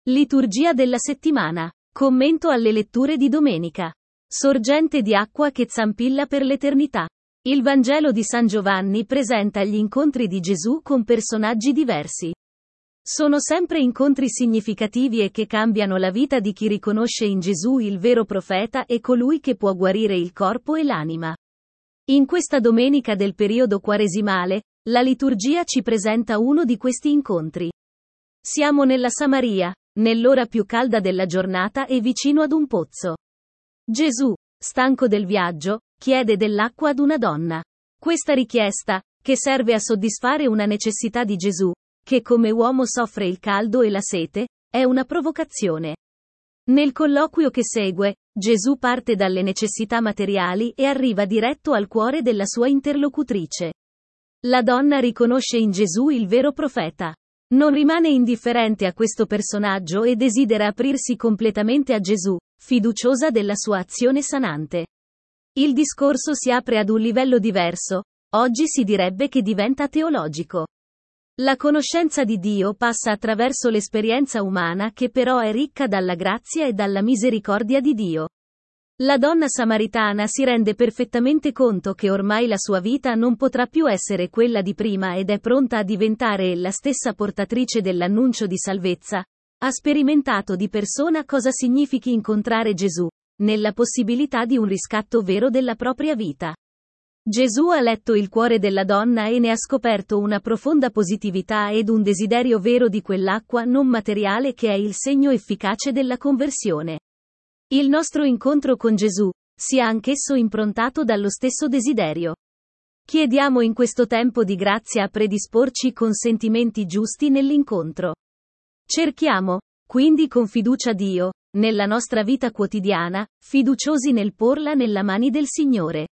Liturgia della settimana. Commento alle letture di domenica. Sorgente di acqua che zampilla per l'eternità. Il Vangelo di San Giovanni presenta gli incontri di Gesù con personaggi diversi. Sono sempre incontri significativi e che cambiano la vita di chi riconosce in Gesù il vero profeta e colui che può guarire il corpo e l'anima. In questa domenica del periodo quaresimale, la liturgia ci presenta uno di questi incontri. Siamo nella Samaria, nell'ora più calda della giornata e vicino ad un pozzo. Gesù, stanco del viaggio, chiede dell'acqua ad una donna. Questa richiesta, che serve a soddisfare una necessità di Gesù, che come uomo soffre il caldo e la sete, è una provocazione. Nel colloquio che segue, Gesù parte dalle necessità materiali e arriva diretto al cuore della sua interlocutrice. La donna riconosce in Gesù il vero profeta. Non rimane indifferente a questo personaggio e desidera aprirsi completamente a Gesù, fiduciosa della sua azione sanante. Il discorso si apre ad un livello diverso, oggi si direbbe che diventa teologico. La conoscenza di Dio passa attraverso l'esperienza umana che però è ricca dalla grazia e dalla misericordia di Dio. La donna samaritana si rende perfettamente conto che ormai la sua vita non potrà più essere quella di prima ed è pronta a diventare la stessa portatrice dell'annuncio di salvezza. Ha sperimentato di persona cosa significhi incontrare Gesù, nella possibilità di un riscatto vero della propria vita. Gesù ha letto il cuore della donna e ne ha scoperto una profonda positività ed un desiderio vero di quell'acqua non materiale che è il segno efficace della conversione. Il nostro incontro con Gesù sia anch'esso improntato dallo stesso desiderio. Chiediamo in questo tempo di grazia a predisporci con sentimenti giusti nell'incontro. Cerchiamo, quindi con fiducia Dio, nella nostra vita quotidiana, fiduciosi nel porla nella mani del Signore.